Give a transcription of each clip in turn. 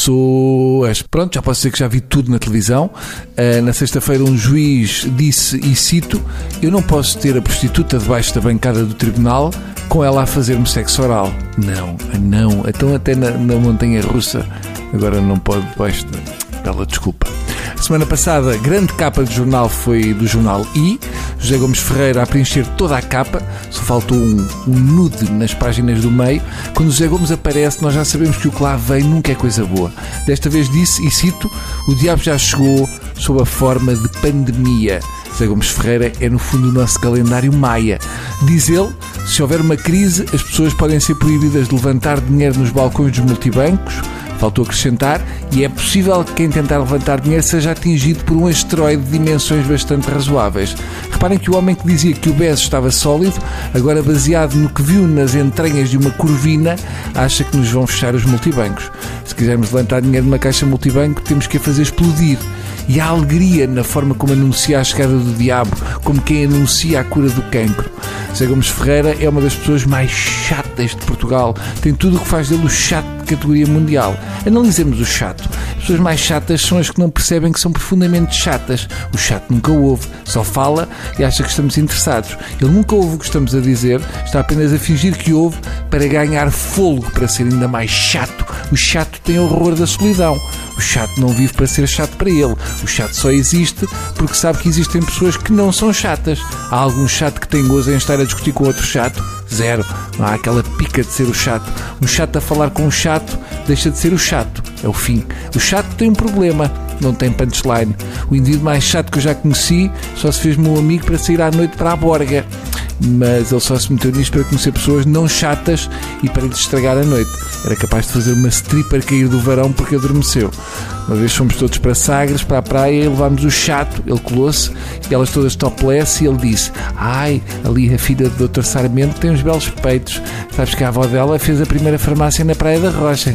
pessoas. Pronto, já posso dizer que já vi tudo na televisão. Na sexta-feira um juiz disse, e cito: eu não posso ter a prostituta debaixo da bancada do tribunal com ela a fazer-me sexo oral. Não. Então até na montanha russa agora não pode debaixo dela, desculpa. Semana passada, grande capa de jornal foi do jornal I. José Gomes Ferreira a preencher toda a capa. Só faltou um nude nas páginas do meio. Quando José Gomes aparece, nós já sabemos que o que lá vem nunca é coisa boa. Desta vez disse, e cito: o diabo já chegou sob a forma de pandemia. José Gomes Ferreira é, no fundo, o nosso calendário maia. Diz ele, se houver uma crise, as pessoas podem ser proibidas de levantar dinheiro nos balcões dos multibancos. Faltou acrescentar, e é possível que quem tentar levantar dinheiro seja atingido por um asteroide de dimensões bastante razoáveis. Reparem que o homem que dizia que o Bezos estava sólido, agora baseado no que viu nas entranhas de uma corvina, acha que nos vão fechar os multibancos. Se quisermos levantar dinheiro numa caixa multibanco, temos que a fazer explodir. E há alegria na forma como anuncia a chegada do diabo, como quem anuncia a cura do cancro. José Gomes Ferreira é uma das pessoas mais chatas de Portugal. Tem tudo o que faz dele o chato de categoria mundial. Analisemos o chato. As pessoas mais chatas são as que não percebem que são profundamente chatas. O chato nunca ouve, só fala e acha que estamos interessados. Ele nunca ouve o que estamos a dizer, está apenas a fingir que ouve para ganhar fôlego, para ser ainda mais chato. O chato tem horror da solidão. O chato não vive para ser chato para ele. O chato só existe porque sabe que existem pessoas que não são chatas. Há algum chato que tem gozo em estar a discutir com outro chato? Zero. Não há aquela pica de ser o chato. Um chato a falar com um chato deixa de ser o chato. É o fim. O chato tem um problema. Não tem punchline. O indivíduo mais chato que eu já conheci só se fez meu amigo para sair à noite para a borga. Mas ele só se meteu nisto para conhecer pessoas não chatas e para lhes estragar a noite. Era capaz de fazer uma stripper cair do varão porque adormeceu. Uma vez fomos todos para Sagres, para a praia, e levámos o chato. Ele colou-se, e elas todas topless, e ele disse: ai, ali a filha do Dr. Sarmento tem uns belos peitos. Sabes que a avó dela fez a primeira farmácia na Praia da Rocha.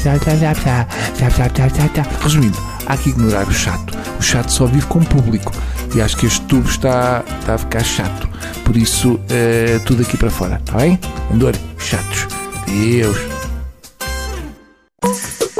Resumindo, há que ignorar o chato. O chato só vive com público. E acho que este tubo está a ficar chato. Por isso, tudo aqui para fora, está bem? Andor, chatos. Deus.